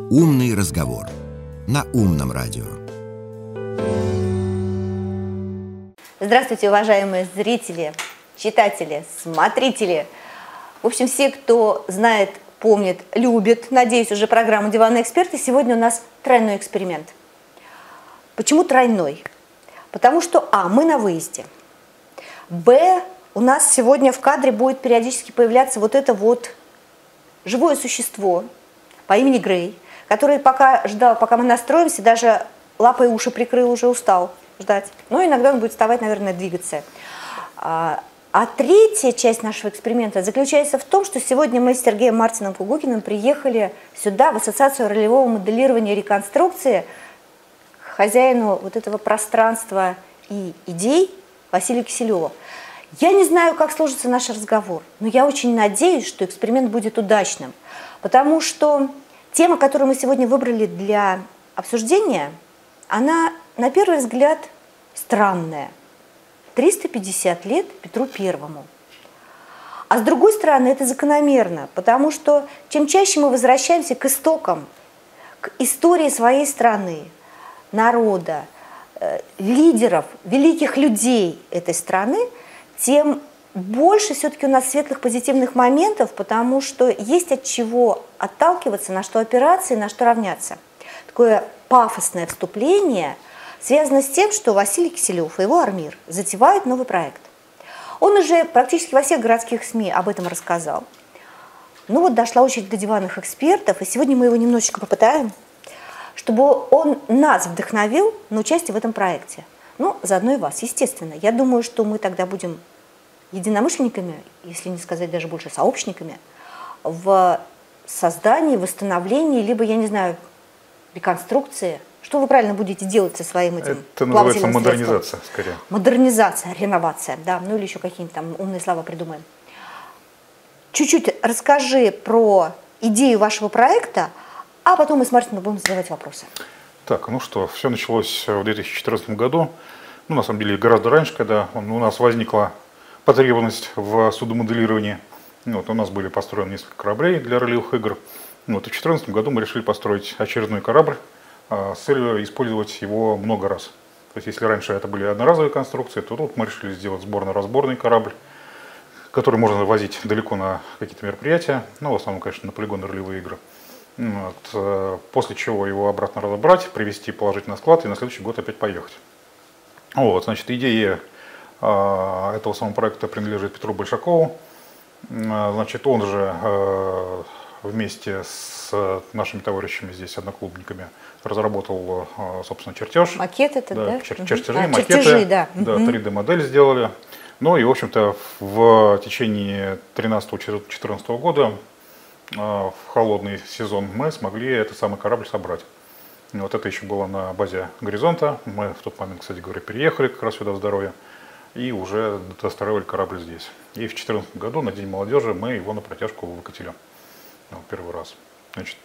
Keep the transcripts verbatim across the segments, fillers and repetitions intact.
Умный разговор на Умном радио. Здравствуйте, уважаемые зрители, читатели, смотрители. В общем, все, кто знает, помнит, любит, надеюсь, уже программу «Диванные эксперты». Сегодня у нас тройной эксперимент. Почему тройной? Потому что, а, мы на выезде. Б, у нас сегодня в кадре будет периодически появляться вот это вот живое существо по имени Грей, который пока ждал, пока мы настроимся, даже лапой уши прикрыл, уже устал ждать. Но иногда он будет вставать, наверное, двигаться. А, а третья часть нашего эксперимента заключается в том, что сегодня мы с Сергеем Мартином Кугукиным приехали сюда, в Ассоциацию ролевого моделирования и реконструкции, к хозяину вот этого пространства и идей Василию Киселеву. Я не знаю, как сложится наш разговор, но я очень надеюсь, что эксперимент будет удачным, потому что тема, которую мы сегодня выбрали для обсуждения, она, на первый взгляд, странная. триста пятьдесят лет Петру Первому. А с другой стороны, это закономерно, потому что чем чаще мы возвращаемся к истокам, к истории своей страны, народа, э, лидеров, великих людей этой страны, тем больше все-таки у нас светлых позитивных моментов, потому что есть от чего отталкиваться, на что опираться и на что равняться. Такое пафосное вступление связано с тем, что Василий Киселев и его Армир затевают новый проект. Он уже практически во всех городских СМИ об этом рассказал. Ну вот дошла очередь до диванных экспертов, и сегодня мы его немножечко попытаем, чтобы он нас вдохновил на участие в этом проекте. Ну, заодно и вас, естественно. Я думаю, что мы тогда будем единомышленниками, если не сказать даже больше сообщниками, в создании, восстановлении, либо, я не знаю, реконструкции. Что вы правильно будете делать со своим этим Это называется модернизация, скорее. Модернизация, реновация, да, ну или еще какие-нибудь там умные слова придумаем. Чуть-чуть расскажи про идею вашего проекта, а потом мы с Мартином будем задавать вопросы. Так, ну что, все началось в две тысячи четырнадцатом году, ну, на самом деле, гораздо раньше, когда у нас возникла потребность в судомоделировании. Вот, у нас были построены несколько кораблей для ролевых игр. Вот, и в две тысячи четырнадцатом году мы решили построить очередной корабль а, с целью использовать его много раз. То есть, если раньше это были одноразовые конструкции, то тут мы решили сделать сборно-разборный корабль, который можно возить далеко на какие-то мероприятия, ну, в основном, конечно, на полигоны ролевые игры. Вот, после чего его обратно разобрать, привезти, положить на склад и на следующий год опять поехать. Вот, значит, идея э, этого самого проекта принадлежит Петру Большакову. Значит, он же э, вместе с нашими товарищами здесь, одноклубниками, разработал, э, собственно, чертеж. Макет это, да? да? Чер угу. Чертежи, а, макеты, чертежи, да. да, угу. три дэ модель сделали. Ну и, в общем-то, в течение тринадцатого-четырнадцатого года в холодный сезон мы смогли этот самый корабль собрать. Вот это еще было на базе «Горизонта». Мы в тот момент, кстати говоря, переехали как раз сюда в Здоровье и уже достраивали корабль здесь. И в две тысячи четырнадцатом году на День молодежи мы его на протяжку выкатили. Ну, первый раз. Значит,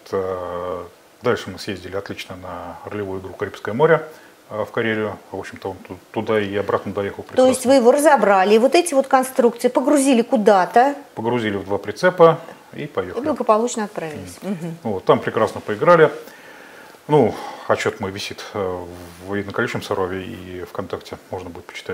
дальше мы съездили отлично на ролевую игру «Карибское море» в Карелию. В общем-то, он туда и обратно доехал прекрасно. То есть вы его разобрали, и вот эти вот конструкции погрузили куда-то. Погрузили в два прицепа и поехали. И благополучно отправились. Mm. Угу. Вот, там прекрасно поиграли. Ну, отчет мой висит в единоколичном Сарове и ВКонтакте, можно будет почитать.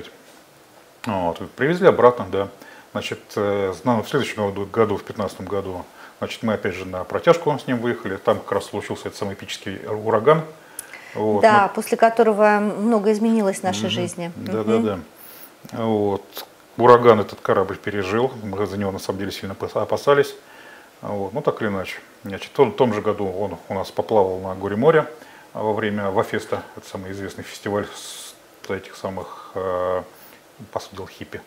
Вот, привезли обратно, да. Значит, в следующем году, в две тысячи пятнадцатом году, значит, мы опять же на протяжку с ним выехали. Там как раз случился этот самый эпический ураган. Вот, да, мы... после которого много изменилось в нашей mm-hmm. жизни. Да, mm-hmm. да, да. Вот. Ураган этот корабль пережил, мы за него на самом деле сильно опасались. Вот. Ну, так или иначе. Значит, в том же году он у нас поплавал на Горе-море во время Вафеста, это самый известный фестиваль с этих самых э, посудил хиппи.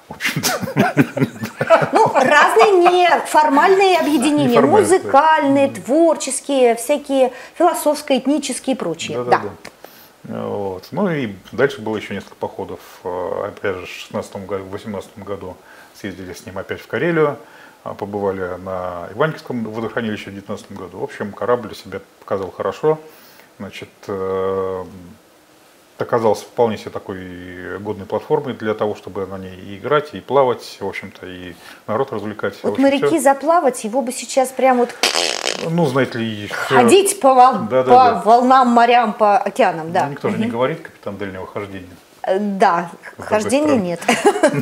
Ну, разные неформальные объединения, музыкальные, творческие, всякие философско-этнические и прочие. Да. Вот. Ну и дальше было еще несколько походов. Опять же, в шестнадцатом году, в восемнадцатом году съездили с ним опять в Карелию, побывали на Иваньковском водохранилище в девятнадцатом году. В общем, корабль себя показал хорошо. Значит, оказался вполне себе такой годной платформой для того, чтобы на ней и играть, и плавать, в общем-то, и народ развлекать. Вот общем, моряки все. заплавать, его бы сейчас прям вот Ну, знаете ли... ходить по, вол... да, да, по да. волнам, морям, по океанам, да. Ну, никто же не говорит капитан дальнего хождения. Э, Да, С хождения другой нет.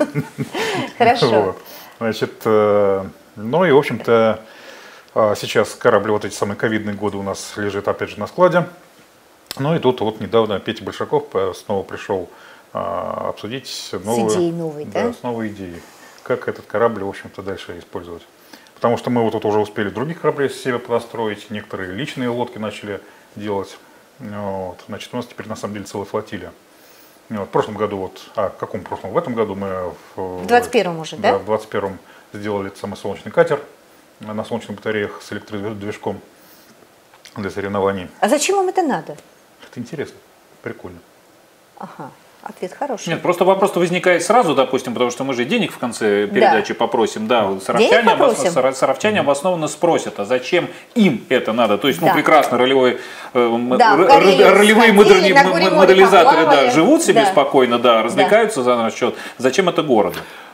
Хорошо. Вот. Значит, э, ну и, в общем-то, э, сейчас корабль, вот эти самые ковидные годы у нас лежит, опять же, на складе. Ну и тут вот недавно Петя Большаков э, снова пришел э, обсудить новую, идеей новой, да? с новой идеей, как этот корабль, в общем-то, дальше использовать. Потому что мы вот тут уже успели других кораблей с себя построить, некоторые личные лодки начали делать. Вот. Значит, у нас теперь на самом деле целая флотилия. Вот, в прошлом году, вот, а в каком прошлом? В этом году мы в В двадцать первом уже, да? Да, в двадцать первом сделали этот самый солнечный катер на солнечных батареях с электродвижком для соревнований. А зачем вам это надо? Это интересно, прикольно. Ага, ответ хороший. Нет, просто вопрос-то возникает сразу, допустим, потому что мы же денег в конце передачи Да. попросим. Да, вот Денег саровчане, попросим? обос- саровчане обоснованно спросят, а зачем им это надо? То есть, ну, Да. прекрасно, ролевой, э, м- Да, в р- Карелии ролевые сходили, модерни- на м- Горе-море моделизаторы, поплавали. да, живут себе Да. спокойно, да, развлекаются за наш счет. Зачем это городу?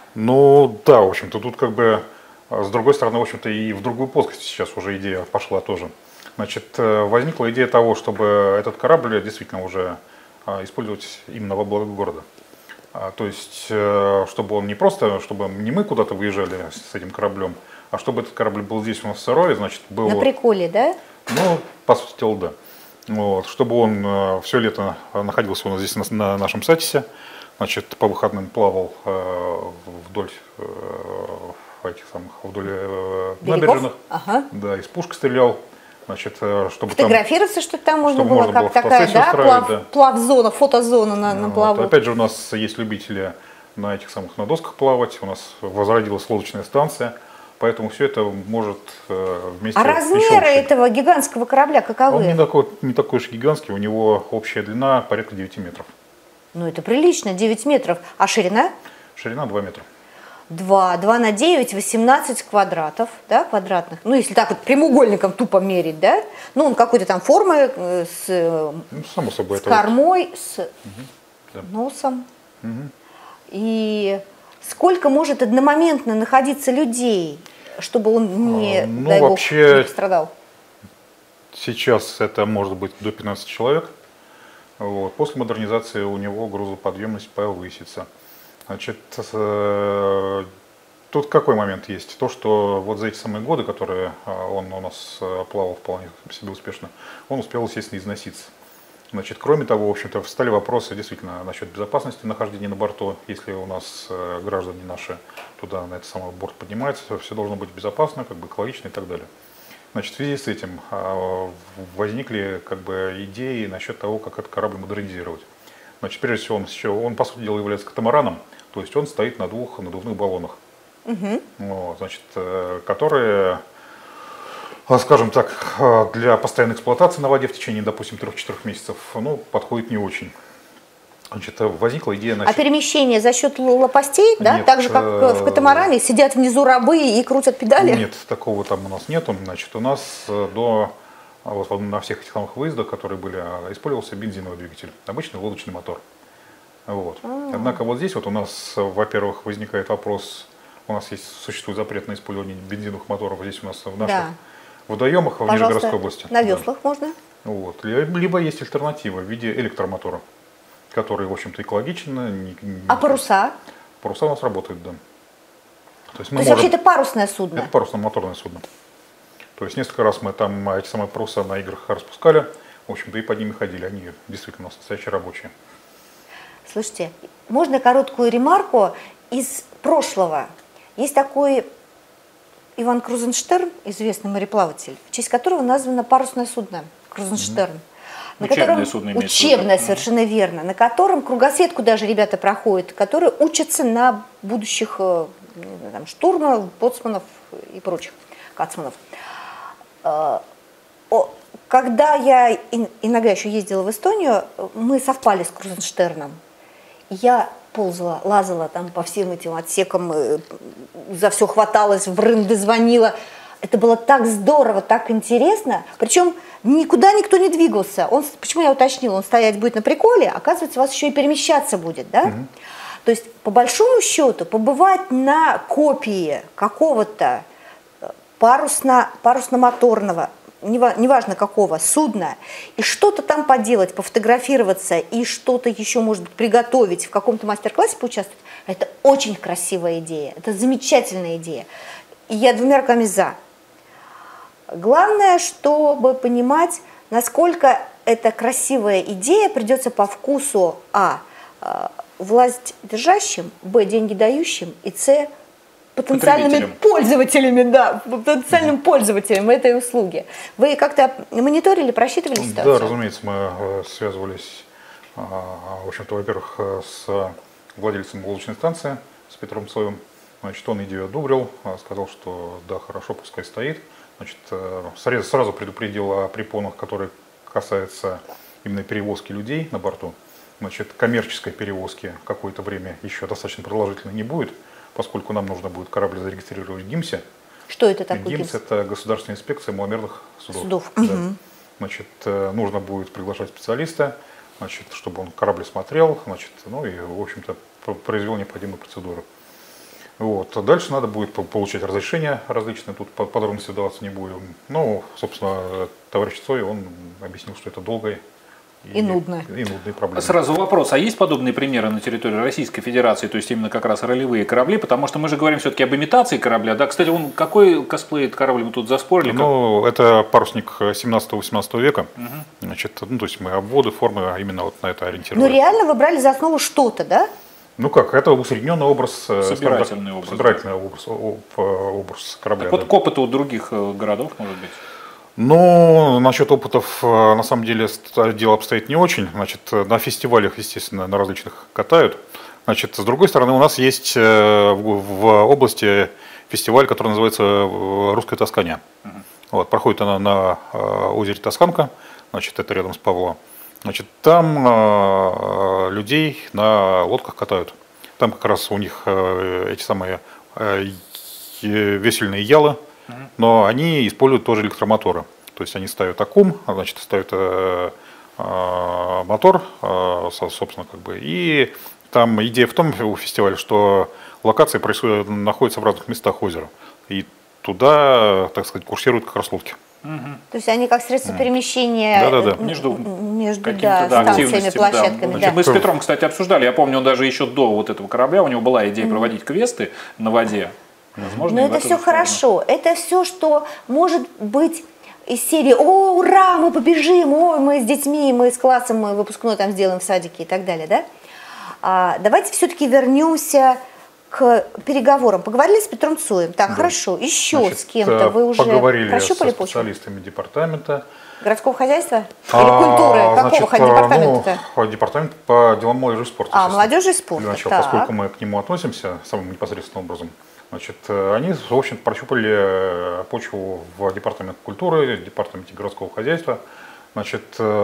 Ну да, в общем-то, тут как бы а, с другой стороны, в общем-то, и в другую плоскость сейчас уже идея пошла тоже. Значит, э, возникла идея того, чтобы этот корабль действительно уже а, использовать именно во благо города. А, то есть, э, чтобы он не просто, чтобы не мы куда-то выезжали с этим кораблем, а чтобы этот корабль был здесь у нас в Сарове, значит, был... На приколе, да? Ну, по сути дела, да. Вот, чтобы он э, все лето находился у нас здесь на, на нашем сайте, значит, по выходным плавал э, вдоль э, этих самых, вдоль э, Берегов? набережных, Ага. да, из пушек стрелял, значит, э, чтобы там... Фотографироваться, что там можно чтобы было, можно как было такая, фотосессию да, устраивать, плав, да. плавзона, фотозона на, на Вот. плаву. Опять же, у нас есть любители на этих самых, на досках плавать, у нас возродилась лодочная станция, поэтому все это может э, вместе... А еще размеры лучше. этого гигантского корабля Он каковы? не такой, не такой уж гигантский, у него общая длина порядка девяти метров, Ну, это прилично, девять метров. А ширина? ширина два метра. два. два на девять, восемнадцать квадратов, да, квадратных. Ну, если так вот прямоугольником тупо мерить, да. Ну, он какой-то там формы э, с, э, Ну, само собой, с это вот. кормой, с да. носом. И сколько может одномоментно находиться людей, чтобы он не, А, ну, дай бог, вообще- не пострадал? Сейчас это может быть до пятнадцати человек. Вот. После модернизации у него грузоподъемность повысится. Значит, э, тут какой момент есть? То, что вот за эти самые годы, которые э, он у нас э, плавал вполне себе успешно, он успел, естественно, износиться. Значит, кроме того, в общем-то, встали вопросы действительно насчет безопасности нахождения на борту. Если у нас э, граждане наши туда, на этот самый борт поднимаются, все должно быть безопасно, как бы экологично и так далее. Значит, в связи с этим э, возникли как бы идеи насчет того, как этот корабль модернизировать. Значит, прежде всего, он, еще, он, по сути дела, является катамараном, то есть он стоит на двух надувных баллонах, Угу. вот, значит, э, которые, э, скажем так, э, для постоянной эксплуатации на воде в течение, допустим, трех-четырех месяцев, ну, подходит не очень. Значит, э, возникла идея А насчет... перемещение за счет л- лопастей, да? Нет, Так же, как э, в э, катамаране, сидят внизу рабы и крутят педали? Нет, такого там у нас нету. Значит, у нас э, до а вот на всех этих самых выездах, которые были, а, использовался бензиновый двигатель, обычный лодочный мотор. Вот. Однако вот здесь вот у нас, э, во-первых, возникает вопрос, у нас есть, существует запрет на использование бензиновых моторов здесь у нас в наших Да. водоемах в Нижегородской области. на Да. веслах можно? Вот. Либо есть альтернатива в виде электромотора, который, в общем-то, экологичен. не- не- А паруса? Паруса у нас работают, да. То есть То мы есть можем... вообще это парусное судно? Это парусно-моторное судно. То есть несколько раз мы там эти самые паруса на играх распускали, в общем-то, и под ними ходили. Они действительно у нас настоящие рабочие. Слушайте, можно короткую ремарку из прошлого? Есть такой Иван Крузенштерн, известный мореплаватель, в честь которого названо парусное судно Крузенштерн. На Учебное котором, судно имеется в виду. учебное, совершенно верно, на котором кругосветку даже ребята проходят, которые учатся на будущих э, не знаю, там, штурманов, боцманов и прочих кацманов. Э, о, Когда я ин- иногда еще ездила в Эстонию, мы совпали с Крузенштерном. Я ползала, лазала там по всем этим отсекам, э, за все хваталась, в рынды звонила. Это было так здорово, так интересно. Причем никуда никто не двигался. Он, почему я уточнила, он стоять будет на приколе, оказывается, у вас еще и перемещаться будет, да? Угу. То есть, по большому счету, побывать на копии какого-то парусно, парусно-моторного, неважно какого, судна, и что-то там поделать, пофотографироваться, и что-то еще, может быть, приготовить, в каком-то мастер-классе поучаствовать, это очень красивая идея, это замечательная идея. И я двумя руками за. Главное, чтобы понимать, насколько эта красивая идея придется по вкусу а. власть держащим, б. деньги дающим, и с. потенциальными пользователями, да, потенциальным пользователям этой услуги. Вы как-то мониторили, просчитывали ситуацию? Да, разумеется, мы связывались, в общем-то, во-первых, с владельцем булочной станции, с Петром Цоевым. Значит, он идею одобрил, сказал, что да, хорошо, пускай стоит. Значит, сразу предупредил о препонах, которые касаются именно перевозки людей на борту. Значит, коммерческой перевозки какое-то время еще достаточно продолжительно не будет, поскольку нам нужно будет корабль зарегистрировать в ГИМСе. Что это такое? ГИМС – это Государственная инспекция маломерных судов. Судов. Да. Угу. Значит, нужно будет приглашать специалиста, значит, чтобы он корабль смотрел, значит, ну и, в общем-то, произвел необходимые процедуры. Вот. Дальше надо будет получать разрешения различные, тут подробности вдаваться не будем. Ну, собственно, товарищ Цой, он объяснил, что это долгое и, и нудно. И нудные проблемы. Сразу вопрос, а есть подобные примеры на территории Российской Федерации, то есть именно как раз ролевые корабли, потому что мы же говорим все-таки об имитации корабля, да? Кстати, он какой косплей корабль мы тут заспорили? Ну, как... это парусник семнадцатого-восемнадцатого века, угу. Значит, ну, то есть мы обводы, формы именно вот на это ориентированы. Ну, реально вы брали за основу что-то, да? Ну как, это усредненный образ, собирательный так, образ, собирательный образ, образ корабля. Так вот, к опыту других городов, может быть? Ну, насчет опытов, на самом деле, дело обстоит не очень. Значит, на фестивалях, естественно, на различных катают. Значит, с другой стороны, у нас есть в области фестиваль, который называется «Русская Тоскания». Угу. Вот, проходит она на озере Тосканка, значит, это рядом с Павловым. Значит, там э, людей на лодках катают. Там как раз у них э, эти самые э, весельные ялы, угу. Но они используют тоже электромоторы. То есть они ставят аккум, значит, ставят э, э, мотор, э, собственно, как бы. И там идея в том у фестиваля, что локации происходят, находятся в разных местах озера. И туда, так сказать, курсируют как раз лодки. Угу. То есть они как средство перемещения да, да, да. между, между да, да, станциями, площадками. Да. Да. Мы с Петром, кстати, обсуждали, я помню, он даже еще до вот этого корабля, у него была идея проводить квесты на воде. Возможно, но это все хорошо, это все, что может быть из серии «О, ура, мы побежим, ой, мы с детьми, мы с классом, мы выпускной там сделаем в садике» и так далее, да? А, давайте все-таки вернемся к переговорам. Поговорили с Петром Цоем. Так, да. Хорошо. Еще Значит, с кем-то вы уже поговорили прощупали со специалистами почву? Департамента. Городского хозяйства? А, Или культуры? Какого значит, департамента-то? Ну, департамент по делам молодежи и спорта. А, молодежи и спорта. Начал, поскольку мы к нему относимся самым непосредственным образом. Значит, они, в общем-то, прощупали почву в департаменте культуры, в департаменте городского хозяйства. Значит,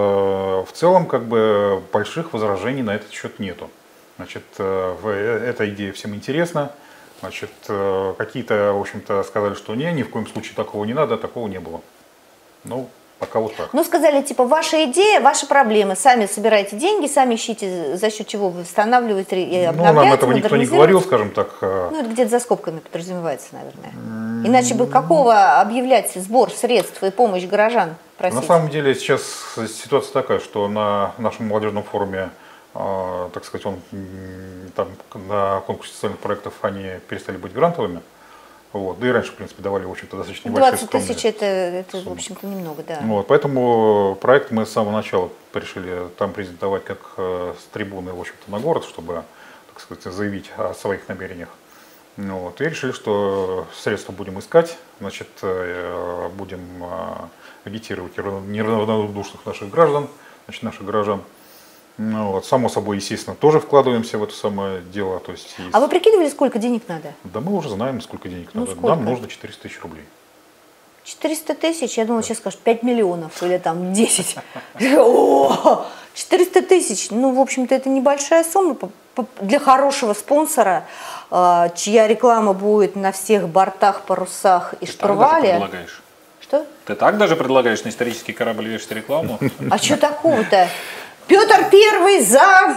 в целом, как бы, больших возражений на этот счет нету. Значит, эта идея всем интересна. Значит, какие-то, в общем-то, сказали, что не, ни в коем случае такого не надо, такого не было. Ну, пока вот так. Ну, сказали, типа, ваша идея, ваши проблемы. Сами собираете деньги, сами ищите, за счет чего вы восстанавливаете и обновляете. Ну, нам этого никто не говорил, скажем так. Ну, это где-то за скобками подразумевается, наверное. Иначе бы какого объявлять сбор средств и помощь горожан просить? На самом деле сейчас ситуация такая, что на нашем молодежном форуме, так сказать, он, там, на конкурсе социальных проектов они перестали быть грантовыми. Вот. Да и раньше, в принципе, давали, в общем-то, достаточно небольшие двадцать тысяч это, это в общем-то, немного, да. Вот. Поэтому проект мы с самого начала решили там презентовать как с трибуны, в общем-то, на город, чтобы, так сказать, заявить о своих намерениях. Вот. И решили, что средства будем искать, значит, будем агитировать неравнодушных наших граждан, значит, наших горожан. Ну, вот, само собой, естественно, тоже вкладываемся в это самое дело. То есть, есть... А вы прикидывали, сколько денег надо? Да мы уже знаем, сколько денег ну, надо. Сколько? Нам нужно четыреста тысяч рублей. четыреста тысяч? Я думала, да. Сейчас скажут пять миллионов или там десять. четыреста тысяч. Ну, в общем-то, это небольшая сумма. для хорошего спонсора, чья реклама будет на всех бортах, парусах и Ты штурвале. Так даже предлагаешь? Что? Ты так даже предлагаешь на исторический корабль вешать рекламу? А что такого-то? Петр Первый за...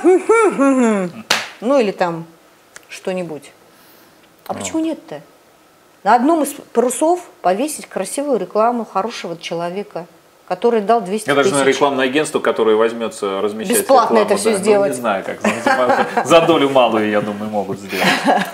Ну или там что-нибудь. А почему нет-то? На одном из парусов повесить красивую рекламу хорошего человека, который дал двести Я тысяч. даже на рекламное агентство, которое возьмется размещать Бесплатно рекламу, это все да. сделать. Ну, не знаю, как. За, за долю малую, я думаю, могут сделать.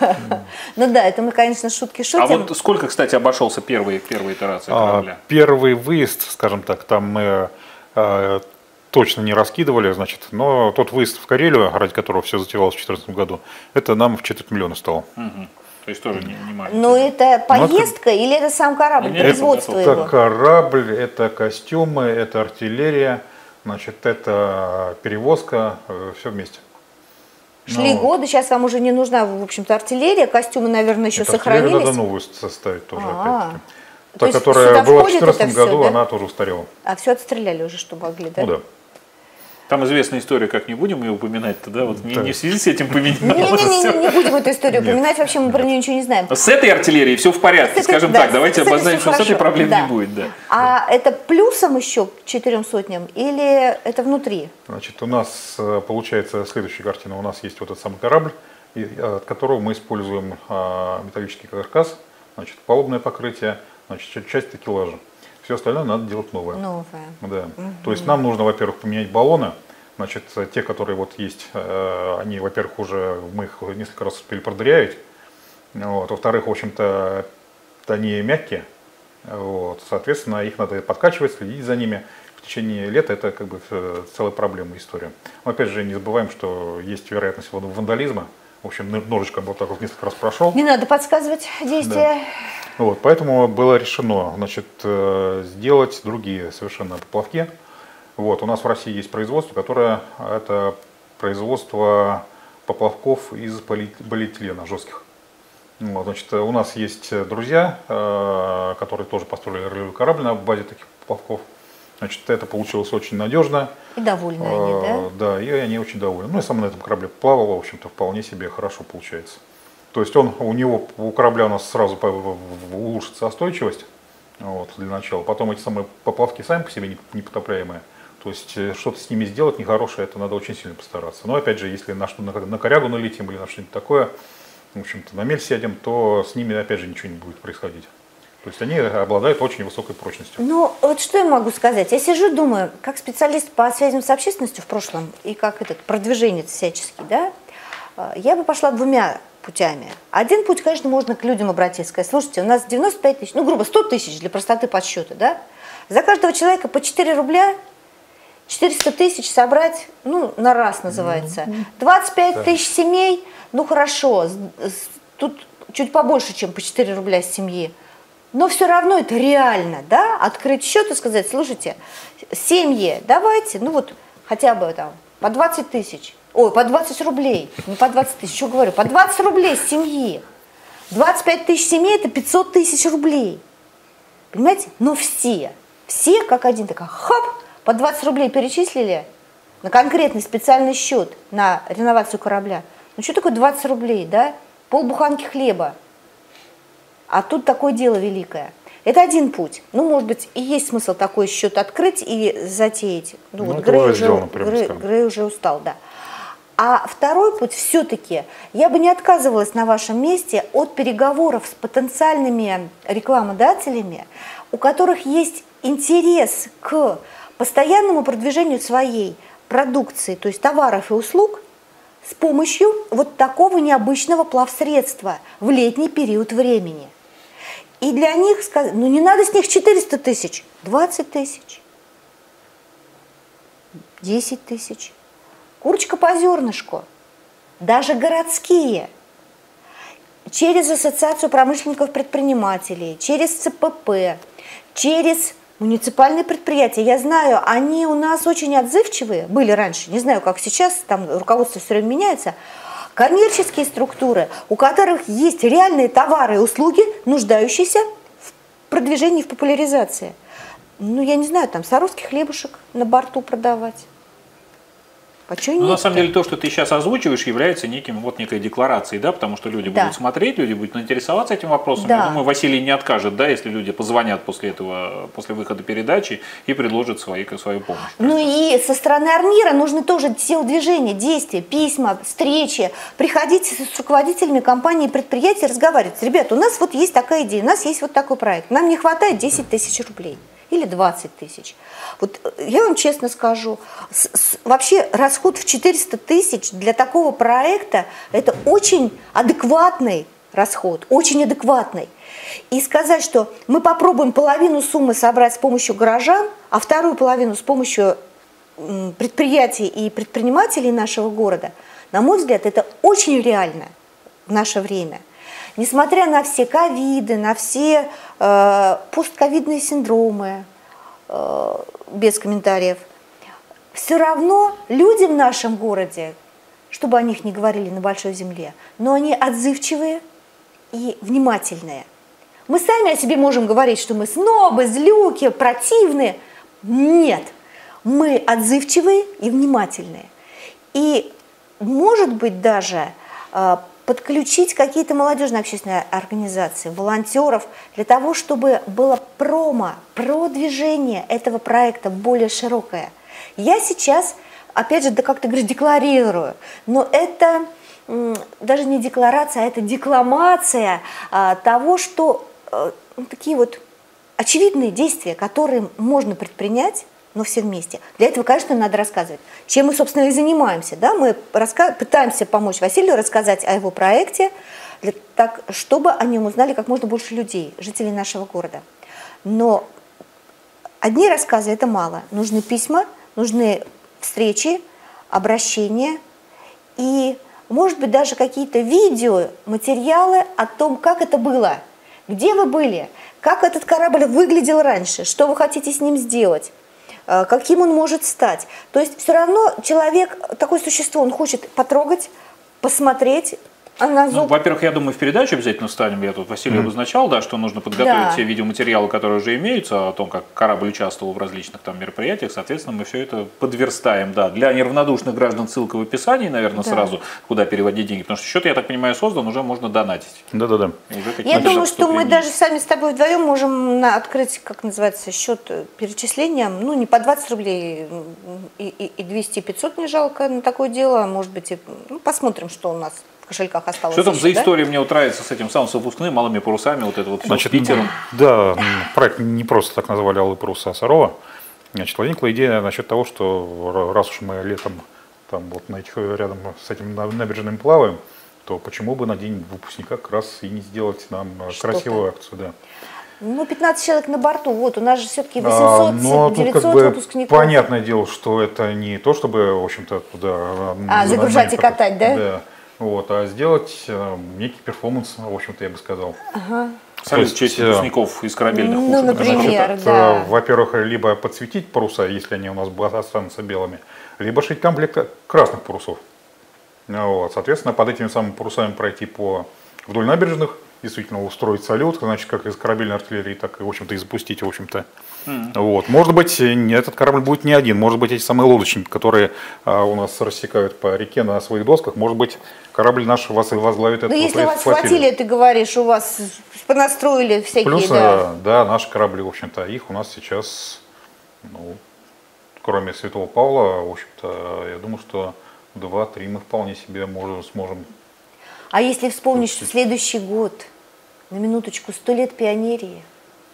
Ну да, это мы, конечно, шутки шутим. А вот сколько, кстати, обошелся первый, первая итерация корабля? А, первый выезд, скажем так, там мы а, точно не раскидывали, значит, но тот выезд в Карелию, ради которого все затевалось в две тысячи четырнадцатом году, это нам в четверть миллиона стало. Угу. То есть тоже не, не маленький. Но это поездка или это сам корабль, Нет, производство Это его? корабль, это костюмы, это артиллерия, значит, это перевозка, все вместе. Шли Ну, годы, сейчас вам уже не нужна, в общем-то, артиллерия, костюмы, наверное, еще эту артиллерию сохранились. надо новую составить тоже, А, опять-таки. то Та, есть которая сюда была в входит две тысячи четырнадцатом это всё, году, да? она тоже устарела. А все отстреляли уже, что могли, да? Ну да. Там известная история, как не будем ее упоминать-то, да? Вот не, Да. не в связи с этим поменялось. Не-не-не, не будем эту историю упоминать, вообще мы про нее ничего не знаем. С этой артиллерией все в порядке, С этой- скажем да, так. Давайте с этой обозначим, всё что с этой хорошо, проблем да. не будет. Да. А это плюсом еще к четырем сотням или это внутри? Значит, у нас э, получается следующая картина. У нас есть вот этот самый корабль, и, э, от которого мы используем а, металлический каркас, значит, палубное покрытие, значит, часть такелажа. Все остальное надо делать новое. Новое. Да. То есть нам нужно, во-первых, поменять баллоны. Значит, те, которые вот есть, э, они, во-первых, уже мы их несколько раз успели продырявить. Вот. Во-вторых, в общем-то, они мягкие. Вот. Соответственно, их надо подкачивать, следить за ними. В течение лета это как бы э, целая проблема, история. Но опять же, не забываем, что есть вероятность вандализма. В общем, ножичком вот так вот несколько раз прошел. Не надо подсказывать действия. Вот, поэтому было решено, значит, э, сделать другие совершенно поплавки. Вот, у нас в России есть производство, которое это производство поплавков из поли- полиэтилена жестких. Вот, значит, у нас есть друзья, э, которые тоже построили ролевой корабль на базе таких поплавков. Значит, это получилось очень надежно. И довольны они, да? Э, Да, и они очень довольны. Ну, я сам на этом корабле плавал, в общем-то, вполне себе хорошо получается. То есть он, у него, у корабля у нас сразу по- в- в- улучшится остойчивость, вот, для начала. Потом эти самые поплавки сами по себе не- непотопляемые. То есть э, что-то с ними сделать нехорошее, это надо очень сильно постараться. Но опять же, если на, что, на, на корягу налетим или на что-нибудь такое, в общем-то, на мель сядем, то с ними опять же ничего не будет происходить. То есть они обладают очень высокой прочностью. Ну, вот что я могу сказать? Я сижу, думаю, как специалист по связям с общественностью в прошлом и как этот продвиженец всяческий, да, э, я бы пошла двумя путями. Один путь, конечно, можно к людям обратиться, сказать: слушайте, у нас девяносто пять тысяч, ну, грубо, сто тысяч для простоты подсчета, да, за каждого человека по четыре рубля, четыреста тысяч собрать, ну, на раз называется, двадцать пять тысяч семей, ну, хорошо, с- с- тут чуть побольше, чем по четыре рубля с семьи. Но все равно это реально, да, открыть счет и сказать: слушайте, семьи, давайте, ну вот хотя бы там по двадцать тысяч, ой, по двадцать рублей, не по двадцать тысяч, что говорю, по двадцать рублей с семьи. двадцать пять тысяч семей – это пятьсот тысяч рублей. Понимаете? Но все, все как один, такая, хоп, по двадцать рублей перечислили на конкретный специальный счет на реновацию корабля. Ну что такое двадцать рублей, да? Полбуханки хлеба. А тут такое дело великое. Это один путь. Ну, может быть, и есть смысл такой счет открыть и затеять. Ну, Ну, вот это Грей уже уже, сделано, прямо Грей, скажем. Грей уже устал, да. А второй путь все-таки, я бы не отказывалась на вашем месте от переговоров с потенциальными рекламодателями, у которых есть интерес к постоянному продвижению своей продукции, то есть товаров и услуг, с помощью вот такого необычного плавсредства в летний период времени. И для них сказать: ну не надо с них четыреста тысяч, двадцать тысяч, десять тысяч. Курочка по зернышку. Даже городские. Через Ассоциацию промышленников-предпринимателей, через ЦПП, через муниципальные предприятия. Я знаю, они у нас очень отзывчивые, были раньше, не знаю, как сейчас, там руководство все время меняется. Коммерческие структуры, у которых есть реальные товары и услуги, нуждающиеся в продвижении, в популяризации. Ну, я не знаю, там, саровский хлебушек на борту продавать. Ну, на самом деле, то, что ты сейчас озвучиваешь, является неким, вот некой декларацией, да, потому что люди да. будут смотреть, люди будут интересоваться этим вопросом. Да. Я думаю, Василий не откажет, да, если люди позвонят после этого, после выхода передачи и предложат свои, свою помощь. Ну и со стороны Армира нужны тоже телодвижения, действия, письма, встречи. Приходите с руководителями компаний и предприятий, разговаривать. Ребята, у нас вот есть такая идея, у нас есть вот такой проект. Нам не хватает десять тысяч рублей или двадцать тысяч. Вот я вам честно скажу, с, с, вообще расход в четыреста тысяч для такого проекта – это очень адекватный расход, очень адекватный. И сказать, что мы попробуем половину суммы собрать с помощью горожан, а вторую половину с помощью предприятий и предпринимателей нашего города, на мой взгляд, это очень реально в наше время. Несмотря на все ковиды, на все э, постковидные синдромы, э, без комментариев, все равно люди в нашем городе, чтобы о них не говорили на большой земле, но они отзывчивые и внимательные. Мы сами о себе можем говорить, что мы снобы, злюки, противные. Нет, мы отзывчивые и внимательные. И, может быть, даже э, подключить какие-то молодежные общественные организации, волонтеров, для того, чтобы было промо, продвижение этого проекта более широкое. Я сейчас, опять же, да как ты говоришь, декларирую, но это м, даже не декларация, а это декламация а, того, что а, такие вот очевидные действия, которые можно предпринять, но все вместе. Для этого, конечно, надо рассказывать, чем мы, собственно, и занимаемся. Да? Мы пытаемся помочь Василию рассказать о его проекте, для, так, чтобы о нем узнали как можно больше людей, жителей нашего города. Но одни рассказы – это мало. Нужны письма, нужны встречи, обращения и, может быть, даже какие-то видео, материалы о том, как это было, где вы были, как этот корабль выглядел раньше, что вы хотите с ним сделать, каким он может стать. То есть все равно человек, такое существо, он хочет потрогать, посмотреть. Ну, во-первых, я думаю, в передачу обязательно встанем. Я тут Василию обозначал, да, что нужно подготовить да. все видеоматериалы, которые уже имеются, о том, как корабль участвовал в различных там мероприятиях. Соответственно, мы все это подверстаем. Да. Для неравнодушных граждан ссылка в описании, наверное, да. сразу, куда переводить деньги. Потому что счет, я так понимаю, создан, уже можно донатить. Да-да-да. Я думаю, что мы даже сами с тобой вдвоем можем открыть, как называется, счет перечислением. Ну, не по двадцать рублей, и, и, и двести-пятьсот не жалко на такое дело. Может быть, и, ну, посмотрим, что у нас в кошельках осталось. Что там еще, за да? история мне вот нравится с этим самым с выпускным, малыми парусами, вот это вот Значит, Питером? Да, проект не просто так назвали «Алые паруса», а Сарова. Значит, возникла идея насчет того, что раз уж мы летом там вот на этих, рядом с этим набережным плаваем, то почему бы на день выпускника как раз и не сделать нам красивую акцию, да. Ну, пятнадцать человек на борту, вот, у нас же все-таки восемьсот-девятьсот а, ну, как бы выпускников. Понятное дело, что это не то, чтобы, в общем-то, туда... А, загружать и катать, да? Да. Вот, а сделать э, некий перформанс, в общем-то, я бы сказал. Ага. Салют в честь выпускников из корабельных ну, пушек. Например, это, да. Во-первых, либо подсветить паруса, если они у нас останутся белыми, либо шить комплект красных парусов. Вот, соответственно, под этими самыми парусами пройти по вдоль набережных, действительно устроить салют, значит, как из корабельной артиллерии, так и, в общем-то, и запустить, в общем-то. Mm. Вот. Может быть, этот корабль будет не один, может быть, эти самые лодочники, которые а, у нас рассекают по реке на своих досках, может быть, корабль наш вас и возглавит этот. Ну, если вас схватили, ты говоришь, у вас понастроили всякие, Плюс, да. да, наши корабли, в общем-то, их у нас сейчас, ну, кроме Святого Павла, в общем-то, я думаю, что два-три мы вполне себе можем, сможем. А если вспомнить, что следующий год, на минуточку, сто лет пионерии,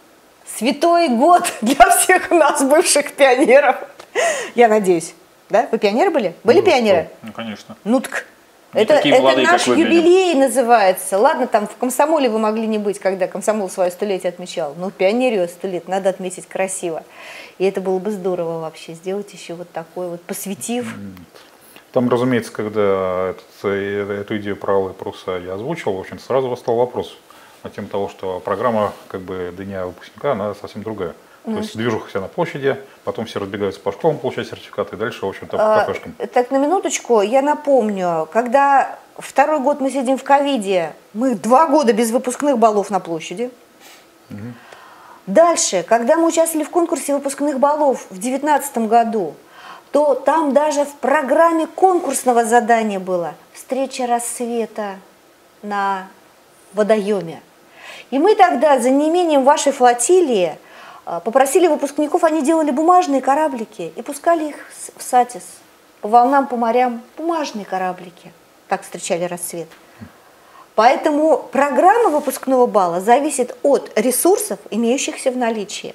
святой год для всех нас, бывших пионеров, я надеюсь, да? Вы пионеры были? Были ну, пионеры? Ну, конечно. Ну, так, это, это молодые, наш как юбилей называется. Ладно, там в комсомоле вы могли не быть, когда комсомол свое столетие отмечал, но пионерию сто лет надо отметить красиво. И это было бы здорово вообще, сделать еще вот такой вот, посвятив. Там, разумеется, когда этот, эту идею про алые паруса я озвучил, в общем, сразу восстал вопрос на тему того, что программа как бы дня выпускника, она совсем другая. Mm. То есть движуха вся на площади, потом все разбегаются по школам получать сертификаты, и дальше, в общем-то, по кафешкам. А, так, на минуточку, я напомню, когда второй год мы сидим в ковиде, мы два года без выпускных баллов на площади. Mm-hmm. Дальше, когда мы участвовали в конкурсе выпускных баллов в две тысячи девятнадцатом году, то там даже в программе конкурсного задания было встреча рассвета на водоеме. И мы тогда за неимением вашей флотилии попросили выпускников, они делали бумажные кораблики и пускали их в Сатис. По волнам, по морям, бумажные кораблики. Так встречали рассвет. Поэтому программа выпускного балла зависит от ресурсов, имеющихся в наличии.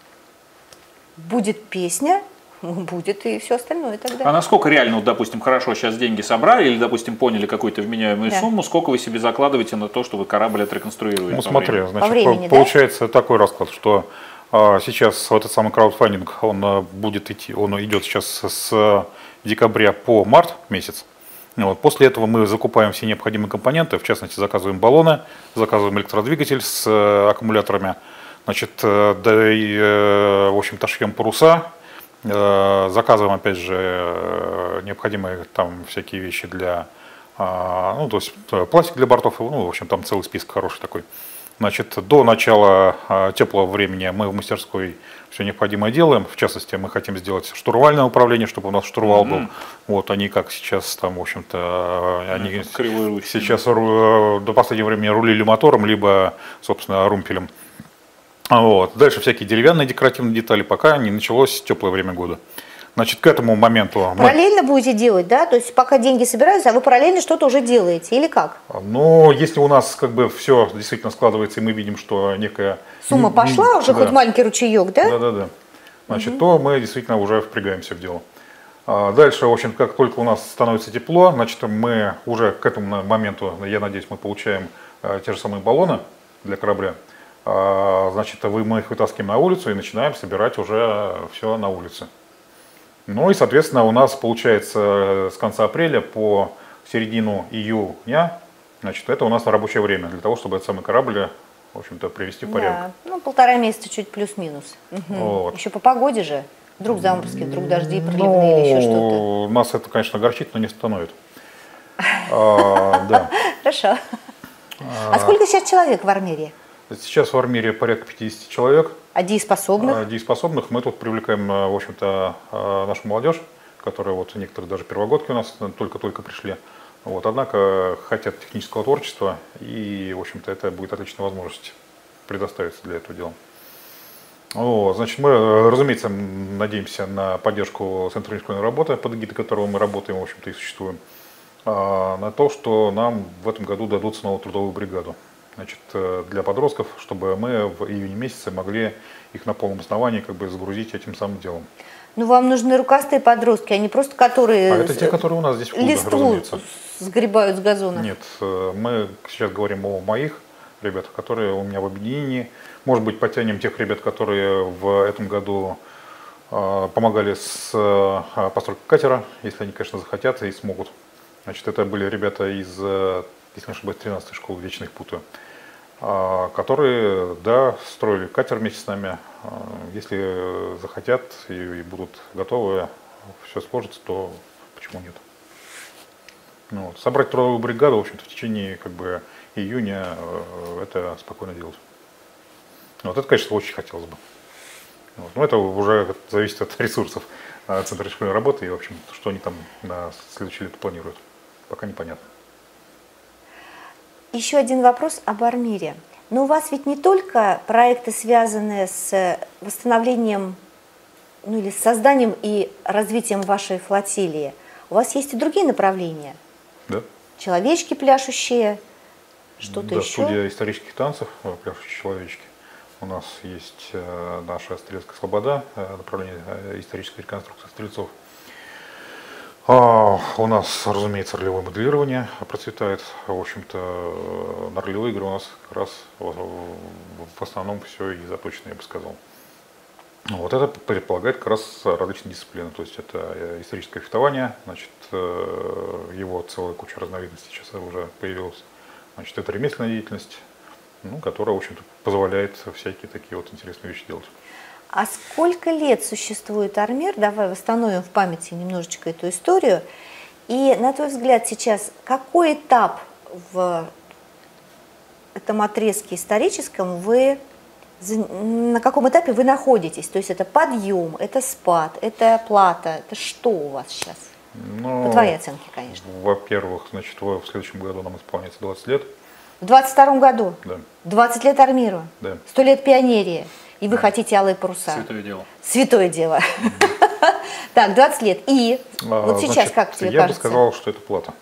Будет песня, будет и все остальное тогда. А насколько реально, вот, допустим, хорошо сейчас деньги собрали или, допустим, поняли какую-то вменяемую да. сумму, сколько вы себе закладываете на то, что вы корабль отреконструируете? Ну смотри, времени? значит, времени, получается да? такой расклад, что а, сейчас вот этот самый краудфандинг, он а, будет идти, он идет сейчас с декабря по март месяц. Вот. После этого мы закупаем все необходимые компоненты, в частности заказываем баллоны, заказываем электродвигатель с э, аккумуляторами, значит, э, да и, э, в общем-то, шьем паруса, э, заказываем, опять же, э, необходимые там всякие вещи для, э, ну, то есть пластик для бортов, ну, в общем, там целый список хороший такой. Значит, до начала э, теплого времени мы в мастерской все необходимое делаем. В частности, мы хотим сделать штурвальное управление, чтобы у нас штурвал mm-hmm. был. Вот они как сейчас там, в общем-то, они mm-hmm. сейчас до последнего времени рулили мотором, либо, собственно, румпелем. Вот. Дальше всякие деревянные декоративные детали, пока не началось теплое время года. Значит, к этому моменту... Параллельно мы... будете делать, да? То есть пока деньги собираются, а вы параллельно что-то уже делаете, или как? Ну, если у нас как бы все действительно складывается, и мы видим, что некая... Сумма пошла, уже да. хоть маленький ручеек, да? Да-да-да. Значит, угу. то мы действительно уже впрягаемся в дело. А дальше, в общем, как только у нас становится тепло, значит, мы уже к этому моменту, я надеюсь, мы получаем а, те же самые баллоны для корабля. А, значит, мы их вытаскиваем на улицу и начинаем собирать уже все на улице. Ну и, соответственно, у нас получается с конца апреля по середину июня, значит, это у нас рабочее время для того, чтобы этот самый корабль, в общем-то, привести в порядок. Да, ну полтора месяца чуть плюс-минус. Угу. Вот. Еще по погоде же, вдруг заморозки, вдруг дожди проливные ну, или еще что-то. Нас это, конечно, огорчит, но не остановит. Хорошо. А сколько сейчас человек в Армире? Сейчас в Армире порядка пятидесяти человек. А дееспособных? А дееспособных мы тут привлекаем, в общем-то, нашу молодежь, которая вот некоторые даже первогодки у нас только-только пришли. Вот, однако хотят технического творчества, и, в общем-то, это будет отличная возможность предоставиться для этого дела. Вот, значит, мы, разумеется, надеемся на поддержку Центра школьной работы, под эгидой которого мы работаем, в общем-то, и существуем, на то, что нам в этом году дадут снова трудовую бригаду. Значит, для подростков, чтобы мы в июне месяце могли их на полном основании как бы загрузить этим самым делом. Ну, вам нужны рукастые подростки, а не просто которые... А это те, которые у нас здесь в клубе, листву разумеется. Сгребают с газона. Нет, мы сейчас говорим о моих ребятах, которые у меня в объединении. Может быть, потянем тех ребят, которые в этом году помогали с постройкой катера, если они, конечно, захотят и смогут. Значит, это были ребята из... если не ошибаюсь, тринадцатой школы, вечно их путаю, которые, да, строили катер вместе с нами. Если захотят и будут готовы, все сложится, то почему нет? Ну, вот. Собрать трудовую бригаду, в общем-то, в течение как бы июня это спокойно делать. Вот это, конечно, очень хотелось бы. Вот. Но это уже зависит от ресурсов Центра школьной работы и, в общем, что они там на следующее лето планируют. Пока непонятно. Еще один вопрос об Армире. Но у вас ведь не только проекты, связанные с восстановлением, ну или с созданием и развитием вашей флотилии. У вас есть и другие направления. Да. Человечки пляшущие, что-то да, еще. Студия исторических танцев «Пляшущие человечки». У нас есть наша стрелецкая слобода, направление исторической реконструкции стрельцов. А у нас, разумеется, ролевое моделирование процветает. В общем-то, на ролевые игры у нас как раз в основном все и заточено, я бы сказал. Вот это предполагает как раз различные дисциплины. То есть это историческое фехтование, значит, его целая куча разновидностей сейчас уже появилась. Значит, это ремесленная деятельность, ну, которая, в общем-то, позволяет всякие такие вот интересные вещи делать. А сколько лет существует Армир? Давай восстановим в памяти немножечко эту историю. И, на твой взгляд, сейчас какой этап в этом отрезке историческом вы на каком этапе вы находитесь? То есть это подъем, это спад, это плата, это что у вас сейчас? Ну, По твоей оценке, конечно. Во-первых, значит, в следующем году нам исполняется двадцать лет. В двадцать втором году? Да. двадцать лет Армиру? Да. сто лет пионерии? И вы хотите алые паруса? Святое дело. Святое дело. Так, двадцать лет. И вот сейчас как тебе кажется? Я бы сказал, что это плата.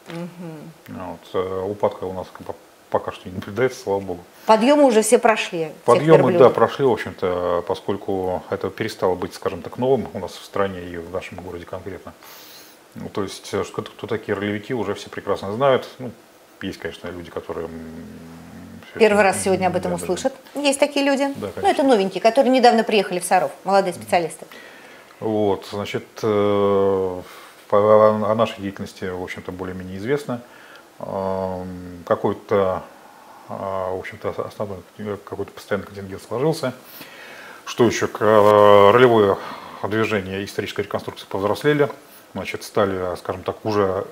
Упадка у нас пока что не наблюдается, слава богу. Подъемы уже все прошли. Подъемы, да, прошли, в общем-то, поскольку это перестало быть, скажем так, новым у нас в стране и в нашем городе конкретно. Ну, то есть, что, кто такие ролевики, уже все прекрасно знают. Ну, есть, конечно, люди, которые... Первый раз сегодня об этом да, услышат. Да. Есть такие люди. Да, ну, это новенькие, которые недавно приехали в Саров, молодые специалисты. Вот, значит, о нашей деятельности, в общем-то, более-менее известно. Какой-то, в общем-то, основной, какой-то постоянный контингент сложился. Что еще? Ролевое движение и историческая реконструкция повзрослели. Значит, стали, скажем так, уже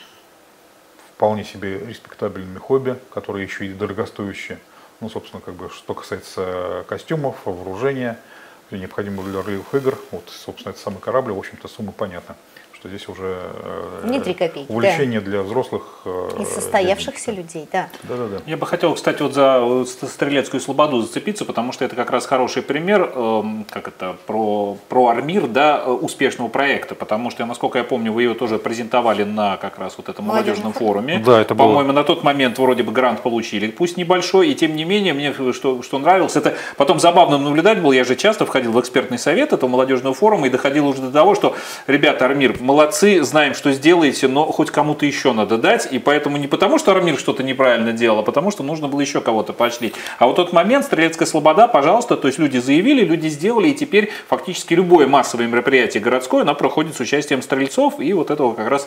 вполне себе респектабельными хобби, которые еще и дорогостоящие. Ну, собственно, как бы, что касается костюмов, вооружения, необходимых для ролевых игр, вот, собственно, это самый корабль, в общем-то, сумма понятна, что здесь уже не три копейки, увлечение да. для взрослых. И состоявшихся людей, да. Да, да, да. Я бы хотел, кстати, вот за Стрелецкую слободу зацепиться, потому что это как раз хороший пример, э, как это, про, про Армир, да, успешного проекта, потому что, насколько я помню, вы его тоже презентовали на как раз вот этом молодежном форуме. Да, это По-моему, было... на тот момент вроде бы грант получили, пусть небольшой, и тем не менее, мне что, что нравилось, это потом забавно наблюдать было, я же часто входил в экспертный совет этого молодежного форума и доходил уже до того, что, ребята, Армир, молодцы, знаем, что сделаете, но хоть кому-то еще надо дать. И поэтому не потому, что Армир что-то неправильно делал, а потому что нужно было еще кого-то пошлить. А вот тот момент, Стрелецкая слобода, пожалуйста, то есть люди заявили, люди сделали, и теперь фактически любое массовое мероприятие городское, оно проходит с участием стрельцов и вот этого как раз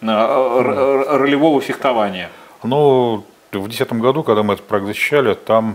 ролевого фехтования. Ну, в две тысячи десятом году, когда мы этот проект защищали, там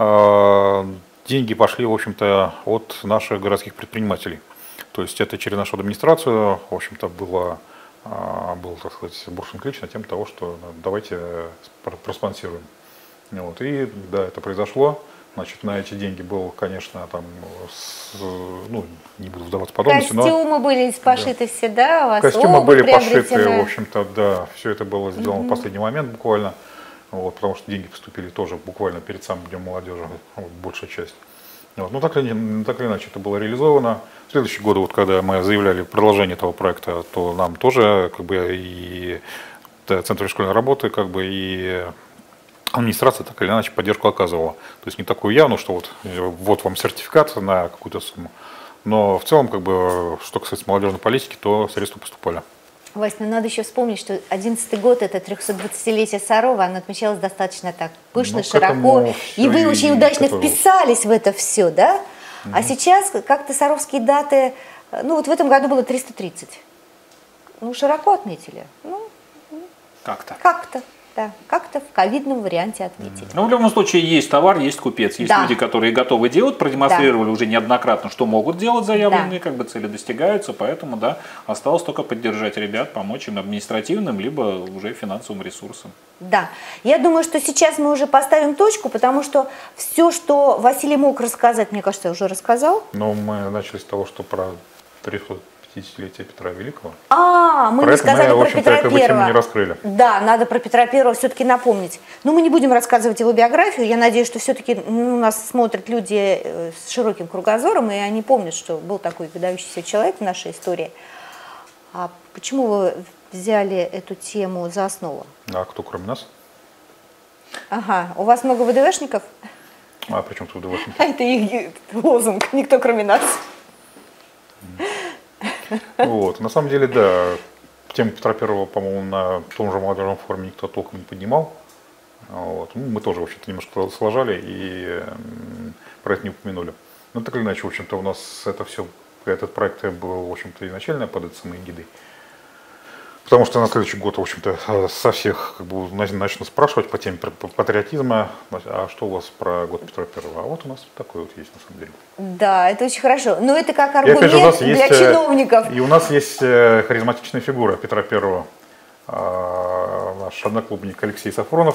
э, деньги пошли, в общем-то, от наших городских предпринимателей. То есть это через нашу администрацию, в общем-то, было, был, так сказать, брошен клич на тему того, что давайте проспонсируем. Вот. И да, это произошло. Значит, на эти деньги был, конечно, там, с, ну, не буду вдаваться в подробности, но... Костюмы были пошиты да. все, да? У вас Костюмы были пошиты, в общем-то, да. Все это было сделано угу. в последний момент буквально. Вот, потому что деньги поступили тоже буквально перед самым Днем молодежи, вот, большая часть. Вот. Ну, так или, так или иначе, это было реализовано. В следующие годы, вот, когда мы заявляли продолжение этого проекта, то нам тоже как бы, и Центр школьной работы как бы, и администрация так или иначе поддержку оказывала. То есть не такую явную, что вот, вот вам сертификат на какую-то сумму. Но в целом, как бы, что касается молодежной политики, то средства поступали. Вась, ну надо еще вспомнить, что одиннадцатый год, это трехсотдвадцатилетие Сарова, оно отмечалось достаточно так пышно, ну, широко. И вы и очень удачно вписались в это все, да? Mm-hmm. А сейчас как-то саровские даты, ну вот в этом году было триста тридцать. Ну, широко отметили. Ну, как-то. Как-то. Да, как-то в ковидном варианте отметили. Ну, в любом случае, есть товар, есть купец. Есть да. люди, которые готовы делать, продемонстрировали да. уже неоднократно, что могут делать заявленные, да. как бы цели достигаются. Поэтому, да, осталось только поддержать ребят, помочь им административным, либо уже финансовым ресурсом. Да, я думаю, что сейчас мы уже поставим точку, потому что все, что Василий мог рассказать, мне кажется, я уже рассказал. Но мы начали с того, что про трехсотпятидесятилетие Петра Великого. А, мы про не сказали мы, про Петра как бы, Первого. не раскрыли. Да, надо про Петра Первого все-таки напомнить. Но мы не будем рассказывать его биографию. Я надеюсь, что все-таки ну, нас смотрят люди с широким кругозором, и они помнят, что был такой выдающийся человек в нашей истории. А почему вы взяли эту тему за основу? А кто кроме нас? Ага, у вас много ВДВшников? А при чем тут ВДВшники? А это их лозунг, никто кроме нас. Вот. На самом деле, да, тему Петра Первого, по-моему, на том же молодежном форуме никто толком не поднимал. Вот. Ну, мы тоже, в общем-то, немножко сложали и про это не упомянули. Но так или иначе, в общем-то, у нас это все, этот проект был, в общем-то, изначально под этой самой эгидой. Потому что на следующий год, в общем-то, со всех как бы, начнут спрашивать по теме патриотизма, а что у вас про год Петра Первого? А вот у нас такой вот есть, на самом деле. Да, это очень хорошо. Но это как аргумент и, опять же, для есть, чиновников. И у нас есть харизматичная фигура Петра Первого. Наш одноклубник Алексей Сафронов,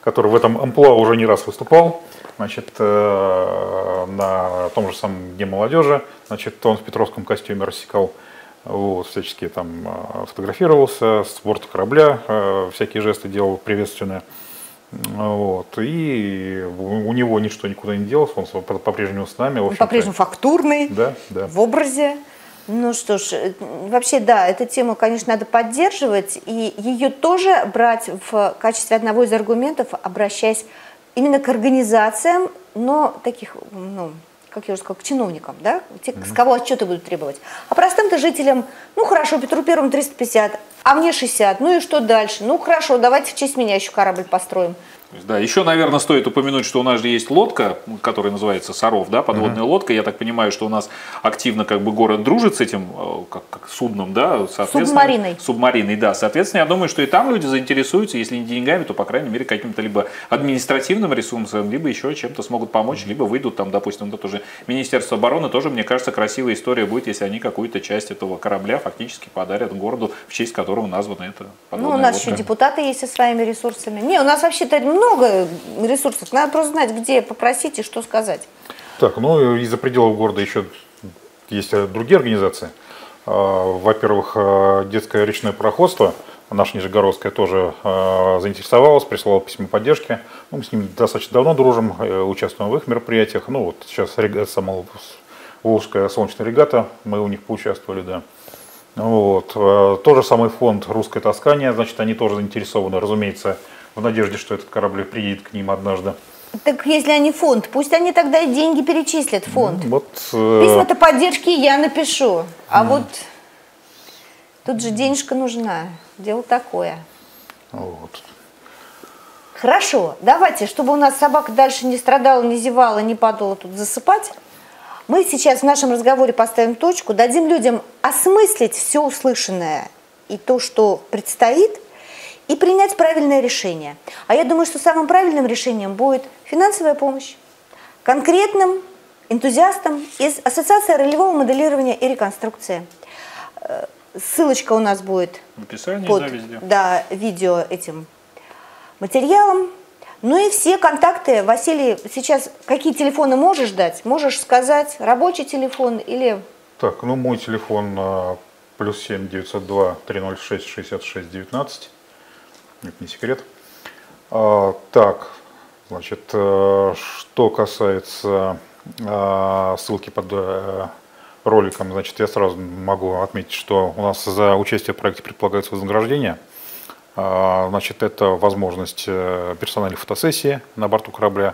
который в этом амплуа уже не раз выступал. Значит, э, на том же самом Дне молодежи, значит, он в петровском костюме рассекал, вот, всячески там э, фотографировался с борта корабля, э, всякие жесты делал приветственные. Вот, и у него ничто никуда не делось, он по-прежнему с нами. Он по-прежнему фактурный, да, да. в образе. Ну что ж, вообще, да, эту тему, конечно, надо поддерживать, и ее тоже брать в качестве одного из аргументов, обращаясь именно к организациям, но таких, ну, как я уже сказала, к чиновникам, да, те, с кого отчеты будут требовать. А простым-то жителям, ну хорошо, Петру Первому триста пятьдесят, а мне шестьдесят, ну и что дальше? Ну хорошо, давайте в честь меня еще корабль построим. Да, еще, наверное, стоит упомянуть, что у нас же есть лодка, которая называется Саров, да, подводная uh-huh. лодка. Я так понимаю, что у нас активно как бы город дружит с этим как, как судном, да, субмариной. Субмариной, да. Соответственно, я думаю, что и там люди заинтересуются, если не деньгами, то, по крайней мере, каким-то либо административным ресурсом, либо еще чем-то смогут помочь, либо выйдут там, допустим, да, тоже Министерство обороны. Тоже, мне кажется, красивая история будет, если они какую-то часть этого корабля фактически подарят городу, в честь которого названа эта подводная лодка. Ну, у нас лодка. Еще депутаты есть со своими ресурсами. Не, у нас вообще-то много ресурсов, надо просто знать, где попросить и что сказать. Так, ну из-за пределов города еще есть другие организации. Во-первых, детское речное пароходство, наше Нижегородское, тоже заинтересовалось, прислало письмо поддержки. Ну, мы с ними достаточно давно дружим, участвуем в их мероприятиях. Ну вот сейчас регата, сама Волжская солнечная регата, мы у них поучаствовали, да. Вот. То же самый фонд «Русское Тоскание», значит, они тоже заинтересованы, разумеется, в надежде, что этот корабль приедет к ним однажды. Так если они фонд, пусть они тогда и деньги перечислят в фонд. Вот, э... Письма-то поддержки я напишу. А mm. вот тут же денежка нужна. Дело такое. Вот. Хорошо, давайте, чтобы у нас собака дальше не страдала, не зевала, не падала тут засыпать, мы сейчас в нашем разговоре поставим точку, дадим людям осмыслить все услышанное и то, что предстоит, и принять правильное решение. А я думаю, что самым правильным решением будет финансовая помощь конкретным энтузиастам из Ассоциации ролевого моделирования и реконструкции. Ссылочка у нас будет в описании, под да, везде. Да, видео этим материалом. Ну и все контакты. Василий, сейчас какие телефоны можешь дать? Можешь сказать, рабочий телефон или... Так, ну мой телефон плюс семь девятьсот два триста шесть шестьдесят шесть девятнадцать. Это не секрет. А, так, значит, что касается а, ссылки под а, роликом, значит, я сразу могу отметить, что у нас за участие в проекте предполагается вознаграждение. А, значит, это возможность персональной фотосессии на борту корабля.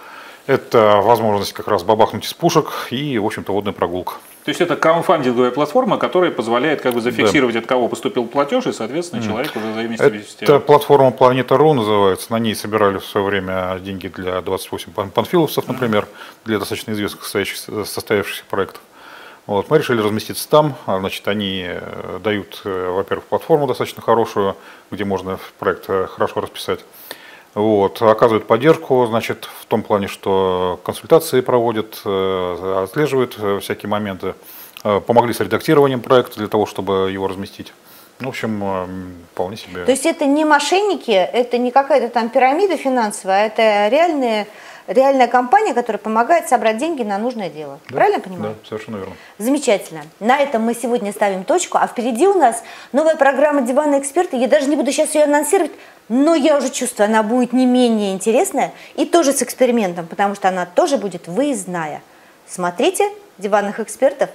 Это возможность как раз бабахнуть из пушек и, в общем-то, водная прогулка. То есть это краундфандинговая платформа, которая позволяет как бы зафиксировать, да, от кого поступил платеж, и, соответственно, человек уже взаимодействует. Это платформа Планета.ру называется. На ней собирали в свое время деньги для двадцати восьми панфиловцев, например, для достаточно известных состоявшихся проектов. Вот, мы решили разместиться там. Значит, они дают, во-первых, платформу достаточно хорошую, где можно проект хорошо расписать. Вот, оказывают поддержку, значит, в том плане, что консультации проводят, отслеживают всякие моменты, помогли с редактированием проекта для того, чтобы его разместить. В общем, вполне себе. То есть это не мошенники, это не какая-то там пирамида финансовая, а это реальные, реальная компания, которая помогает собрать деньги на нужное дело. Да, правильно я понимаю? Да, совершенно верно. Замечательно. На этом мы сегодня ставим точку, а впереди у нас новая программа «Диванные эксперты». Я даже не буду сейчас ее анонсировать, но я уже чувствую, она будет не менее интересная и тоже с экспериментом, потому что она тоже будет выездная. Смотрите «Диванных экспертов»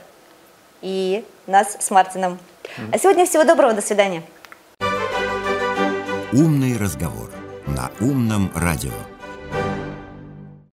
и нас с Мартином. А сегодня всего доброго, до свидания. Умный разговор на умном радио.